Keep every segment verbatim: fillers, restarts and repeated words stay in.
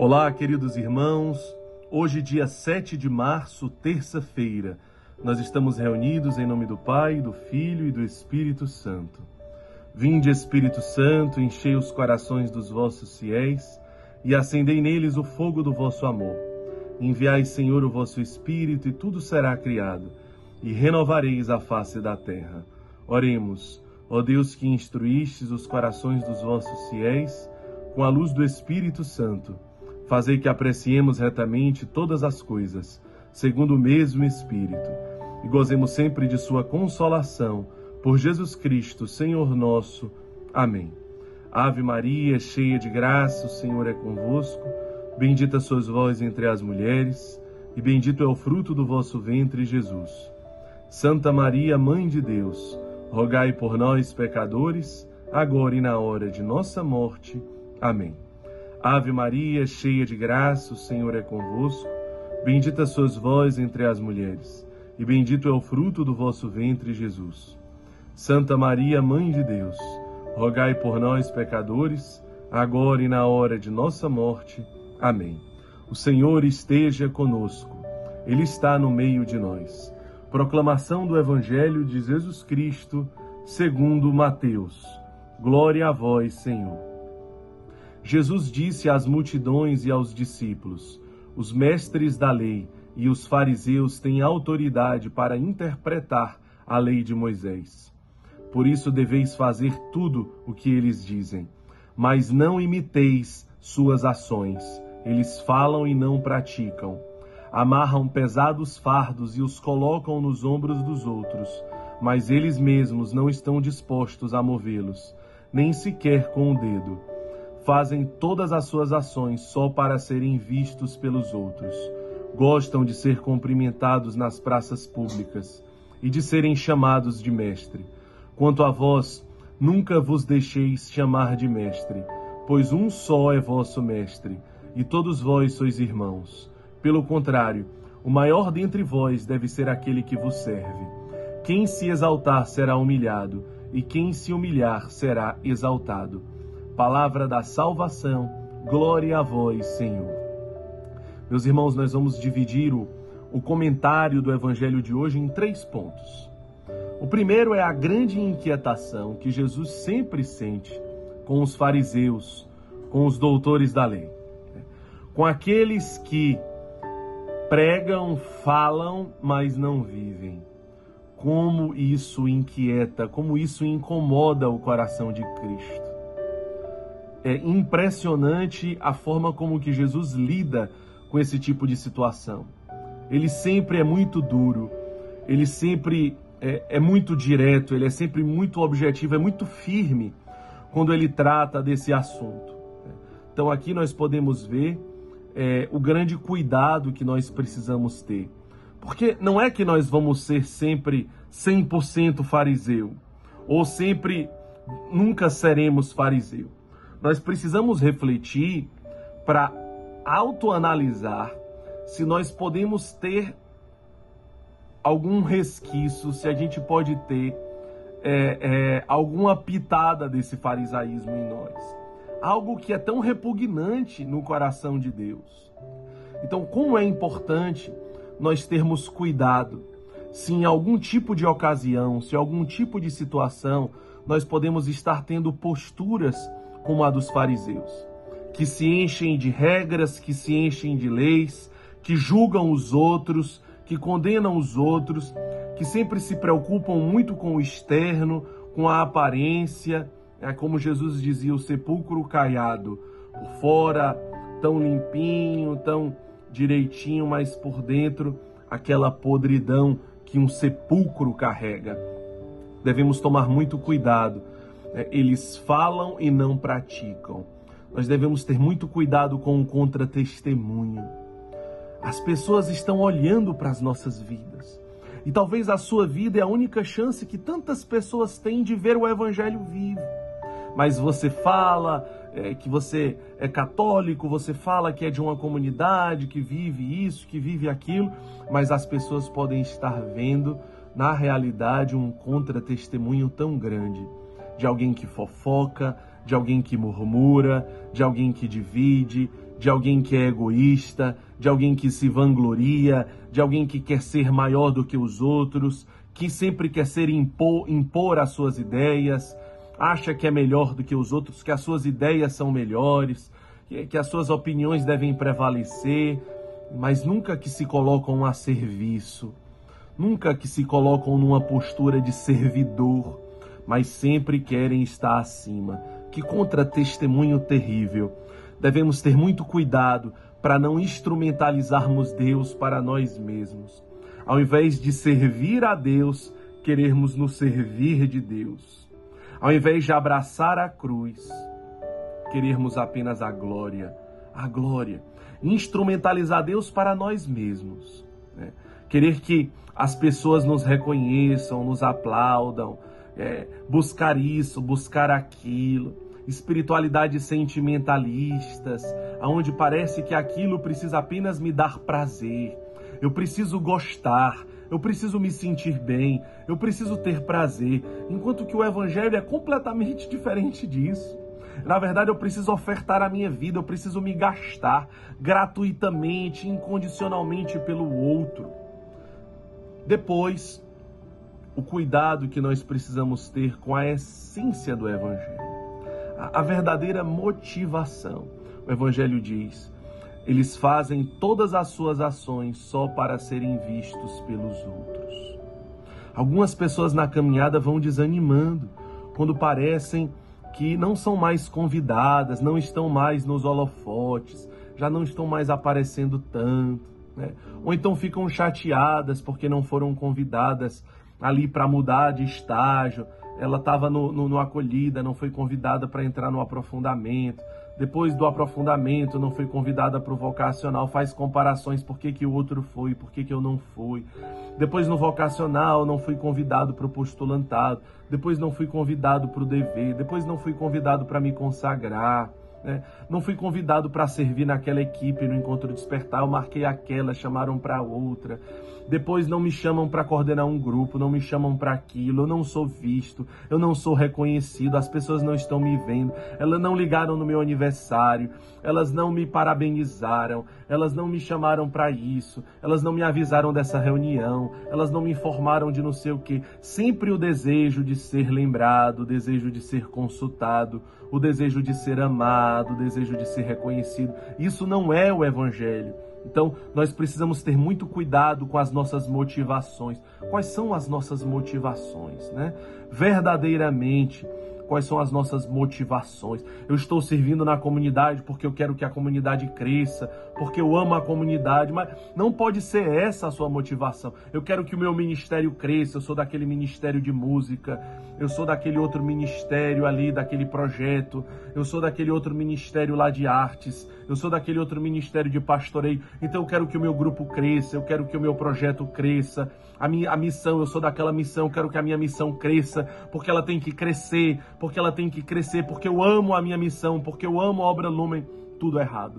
Olá, queridos irmãos. Hoje, dia sete de março, terça-feira, nós estamos reunidos em nome do Pai, do Filho e do Espírito Santo. Vinde, Espírito Santo, enchei os corações dos vossos fiéis e acendei neles o fogo do vosso amor. Enviai, Senhor, o vosso Espírito, e tudo será criado, e renovareis a face da terra. Oremos. Ó Deus, que instruístes os corações dos vossos fiéis com a luz do Espírito Santo, fazei que apreciemos retamente todas as coisas, segundo o mesmo Espírito, e gozemos sempre de sua consolação, por Jesus Cristo, Senhor nosso. Amém. Ave Maria, cheia de graça, o Senhor é convosco. Bendita sois vós entre as mulheres, e bendito é o fruto do vosso ventre, Jesus. Santa Maria, Mãe de Deus, rogai por nós, pecadores, agora e na hora de nossa morte. Amém. Ave Maria, cheia de graça, o Senhor é convosco. Bendita sois vós entre as mulheres, e bendito é o fruto do vosso ventre, Jesus. Santa Maria, Mãe de Deus, rogai por nós, pecadores, agora e na hora de nossa morte. Amém. O Senhor esteja conosco. Ele está no meio de nós. Proclamação do Evangelho de Jesus Cristo, segundo Mateus. Glória a vós, Senhor. Jesus disse às multidões e aos discípulos: os mestres da lei e os fariseus têm autoridade para interpretar a lei de Moisés. Por isso deveis fazer tudo o que eles dizem, mas não imiteis suas ações. Eles falam e não praticam. Amarram pesados fardos e os colocam nos ombros dos outros, mas eles mesmos não estão dispostos a movê-los, nem sequer com o dedo. Fazem todas as suas ações só para serem vistos pelos outros. Gostam de ser cumprimentados nas praças públicas e de serem chamados de mestre. Quanto a vós, nunca vos deixeis chamar de mestre, pois um só é vosso mestre, e todos vós sois irmãos. Pelo contrário, o maior dentre vós deve ser aquele que vos serve. Quem se exaltar será humilhado, e quem se humilhar será exaltado. Palavra da salvação, glória a vós, Senhor. Meus irmãos, nós vamos dividir o, o comentário do Evangelho de hoje em três pontos. O primeiro é a grande inquietação que Jesus sempre sente com os fariseus, com os doutores da lei, com aqueles que pregam, falam, mas não vivem. Como isso inquieta, como isso incomoda o coração de Cristo. É impressionante a forma como que Jesus lida com esse tipo de situação. Ele sempre é muito duro, ele sempre é, é muito direto, ele é sempre muito objetivo, é muito firme quando ele trata desse assunto. Então aqui nós podemos ver é, o grande cuidado que nós precisamos ter. Porque não é que nós vamos ser sempre cem por cento fariseu, ou sempre, nunca seremos fariseu. Nós precisamos refletir para autoanalisar se nós podemos ter algum resquício, se a gente pode ter é, é, alguma pitada desse farisaísmo em nós. Algo que é tão repugnante no coração de Deus. Então, como é importante nós termos cuidado se em algum tipo de ocasião, se em algum tipo de situação, nós podemos estar tendo posturas como a dos fariseus, que se enchem de regras, que se enchem de leis, que julgam os outros, que condenam os outros, que sempre se preocupam muito com o externo, com a aparência, é como Jesus dizia, o sepulcro caiado, por fora tão limpinho, tão direitinho, mas por dentro aquela podridão que um sepulcro carrega. Devemos tomar muito cuidado. Eles falam e não praticam. Nós devemos ter muito cuidado com o contra-testemunho. As pessoas estão olhando para as nossas vidas. E talvez a sua vida é a única chance que tantas pessoas têm de ver o Evangelho vivo. Mas você fala é, que você é católico, você fala que é de uma comunidade, que vive isso, que vive aquilo, mas as pessoas podem estar vendo, na realidade, um contra-testemunho tão grande. De alguém que fofoca, de alguém que murmura, de alguém que divide, de alguém que é egoísta, de alguém que se vangloria, de alguém que quer ser maior do que os outros, que sempre quer ser impor, impor as suas ideias, acha que é melhor do que os outros, que as suas ideias são melhores, que, que as suas opiniões devem prevalecer, mas nunca que se colocam a serviço, nunca que se colocam numa postura de servidor, mas sempre querem estar acima. Que contra-testemunho terrível! Devemos ter muito cuidado para não instrumentalizarmos Deus para nós mesmos. Ao invés de servir a Deus, querermos nos servir de Deus. Ao invés de abraçar a cruz, querermos apenas a glória. A glória. Instrumentalizar Deus para nós mesmos. Né? Querer que as pessoas nos reconheçam, nos aplaudam, é, buscar isso, buscar aquilo. Espiritualidades sentimentalistas, onde parece que aquilo precisa apenas me dar prazer. Eu preciso gostar, eu preciso me sentir bem, eu preciso ter prazer, enquanto que o Evangelho é completamente diferente disso. Na verdade, eu preciso ofertar a minha vida, eu preciso me gastar gratuitamente, incondicionalmente pelo outro. Depois, o cuidado que nós precisamos ter com a essência do Evangelho. A verdadeira motivação. O Evangelho diz, eles fazem todas as suas ações só para serem vistos pelos outros. Algumas pessoas na caminhada vão desanimando quando parecem que não são mais convidadas, não estão mais nos holofotes, já não estão mais aparecendo tanto, né? Ou então ficam chateadas porque não foram convidadas ali para mudar de estágio. Ela estava no, no, no acolhida, não foi convidada para entrar no aprofundamento. Depois do aprofundamento, não foi convidada para o vocacional. Faz comparações, por que, que o outro foi, por que, que eu não fui. Depois no vocacional, não fui convidado para o postulantado. Depois não fui convidado para o dever. Depois não fui convidado para me consagrar. Né? Não fui convidado para servir naquela equipe no Encontro Despertar. Eu marquei aquela, chamaram para outra. Depois não me chamam para coordenar um grupo, não me chamam para aquilo, eu não sou visto, eu não sou reconhecido, as pessoas não estão me vendo, elas não ligaram no meu aniversário, elas não me parabenizaram, elas não me chamaram para isso, elas não me avisaram dessa reunião, elas não me informaram de não sei o quê. Sempre o desejo de ser lembrado, o desejo de ser consultado, o desejo de ser amado, o desejo de ser reconhecido. Isso não é o Evangelho. Então, nós precisamos ter muito cuidado com as nossas motivações. Quais são as nossas motivações, né? Verdadeiramente, quais são as nossas motivações? Eu estou servindo na comunidade porque eu quero que a comunidade cresça, porque eu amo a comunidade, mas não pode ser essa a sua motivação. Eu quero que o meu ministério cresça, eu sou daquele ministério de música, eu sou daquele outro ministério ali, daquele projeto, eu sou daquele outro ministério lá de artes, eu sou daquele outro ministério de pastoreio, então eu quero que o meu grupo cresça, eu quero que o meu projeto cresça, a minha a missão, eu sou daquela missão, eu quero que a minha missão cresça, porque ela tem que crescer, porque ela tem que crescer, porque eu amo a minha missão, porque eu amo a Obra Lumen. Tudo errado.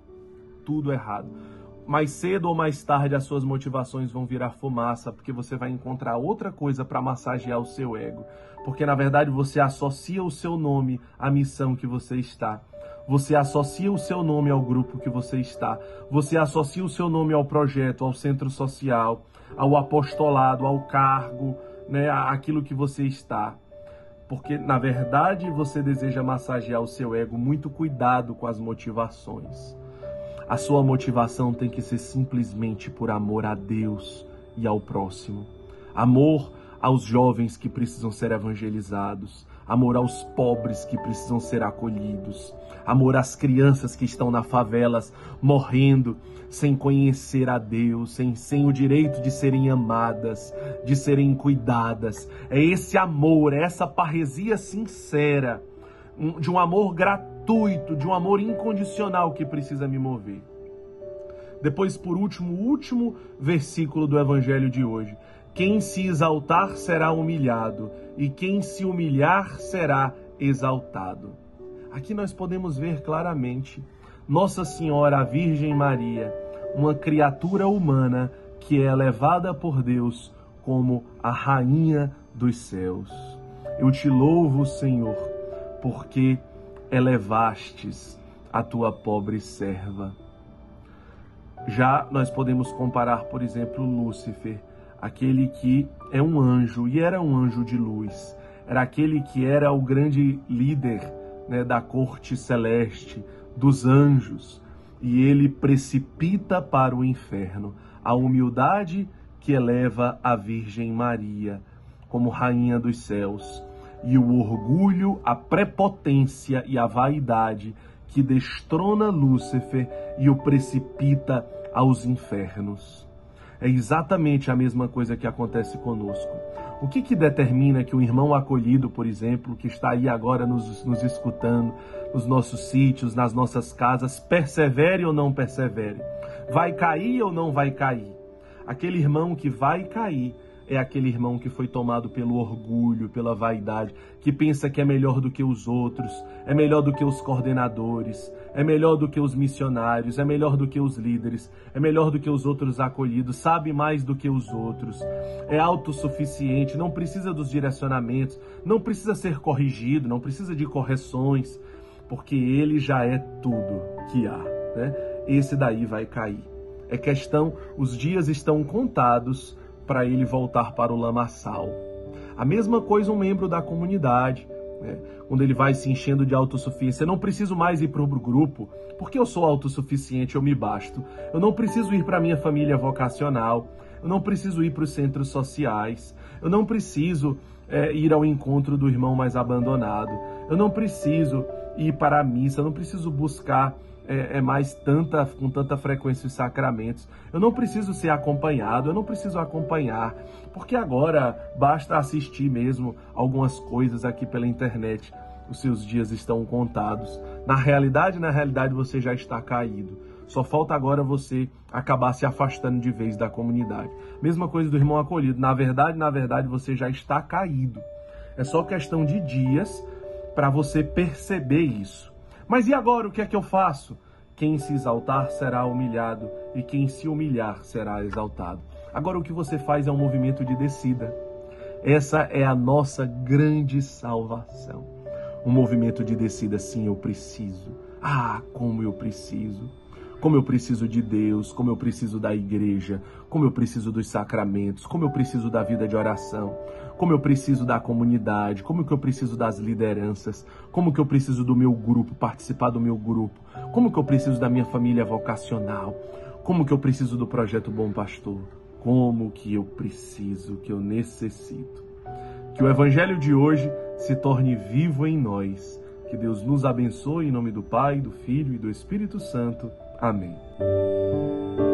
Tudo errado. Mais cedo ou mais tarde as suas motivações vão virar fumaça, porque você vai encontrar outra coisa para massagear o seu ego. Porque na verdade você associa o seu nome à missão que você está. Você associa o seu nome ao grupo que você está. Você associa o seu nome ao projeto, ao centro social, ao apostolado, ao cargo, né, àquilo que você está. Porque, na verdade, você deseja massagear o seu ego. Muito cuidado com as motivações. A sua motivação tem que ser simplesmente por amor a Deus e ao próximo. Amor aos jovens que precisam ser evangelizados. Amor aos pobres que precisam ser acolhidos. Amor às crianças que estão nas favelas morrendo sem conhecer a Deus, sem, sem o direito de serem amadas, de serem cuidadas. É esse amor, é essa parresia sincera, de um amor gratuito, de um amor incondicional que precisa me mover. Depois, por último, o último versículo do Evangelho de hoje. Quem se exaltar será humilhado, e quem se humilhar será exaltado. Aqui nós podemos ver claramente Nossa Senhora, a Virgem Maria, uma criatura humana que é elevada por Deus como a Rainha dos céus. Eu te louvo, Senhor, porque elevastes a tua pobre serva. Já nós podemos comparar, por exemplo, Lúcifer, aquele que é um anjo, e era um anjo de luz. Era aquele que era o grande líder, né, da corte celeste, dos anjos. E ele precipita para o inferno a humildade que eleva a Virgem Maria como rainha dos céus, e o orgulho, a prepotência e a vaidade que destrona Lúcifer e o precipita aos infernos. É exatamente a mesma coisa que acontece conosco. O que que determina que o irmão acolhido, por exemplo, que está aí agora nos, nos escutando, nos nossos sítios, nas nossas casas, persevere ou não persevere? Vai cair ou não vai cair? Aquele irmão que vai cair é aquele irmão que foi tomado pelo orgulho, pela vaidade, que pensa que é melhor do que os outros, é melhor do que os coordenadores, é melhor do que os missionários, é melhor do que os líderes, é melhor do que os outros acolhidos, sabe mais do que os outros, é autossuficiente, não precisa dos direcionamentos, não precisa ser corrigido, não precisa de correções, porque ele já é tudo que há, né? Esse daí vai cair. É questão, os dias estão contados para ele voltar para o lamaçal. A mesma coisa um membro da comunidade, né? Quando ele vai se enchendo de autossuficiência, eu não preciso mais ir para o grupo, porque eu sou autossuficiente, eu me basto. Eu não preciso ir para a minha família vocacional, eu não preciso ir para os centros sociais, eu não preciso é, ir ao encontro do irmão mais abandonado, eu não preciso ir para a missa, eu não preciso buscar É, é mais tanta, com tanta frequência os sacramentos. Eu não preciso ser acompanhado, eu não preciso acompanhar, porque agora basta assistir mesmo algumas coisas aqui pela internet. Os seus dias estão contados. Na realidade, na realidade você já está caído. Só falta agora você acabar se afastando de vez da comunidade. Mesma coisa do irmão acolhido. Na verdade, na verdade você já está caído. É só questão de dias para você perceber isso. Mas e agora, o que é que eu faço? Quem se exaltar será humilhado, e quem se humilhar será exaltado. Agora o que você faz é um movimento de descida. Essa é a nossa grande salvação. Um movimento de descida, sim, eu preciso. Ah, como eu preciso. Como eu preciso de Deus, como eu preciso da igreja, como eu preciso dos sacramentos, como eu preciso da vida de oração, como eu preciso da comunidade, como que eu preciso das lideranças, como que eu preciso do meu grupo, participar do meu grupo, como que eu preciso da minha família vocacional, como que eu preciso do projeto Bom Pastor, como que eu preciso, que eu necessito. Que o evangelho de hoje se torne vivo em nós. Que Deus nos abençoe em nome do Pai, do Filho e do Espírito Santo. Amém.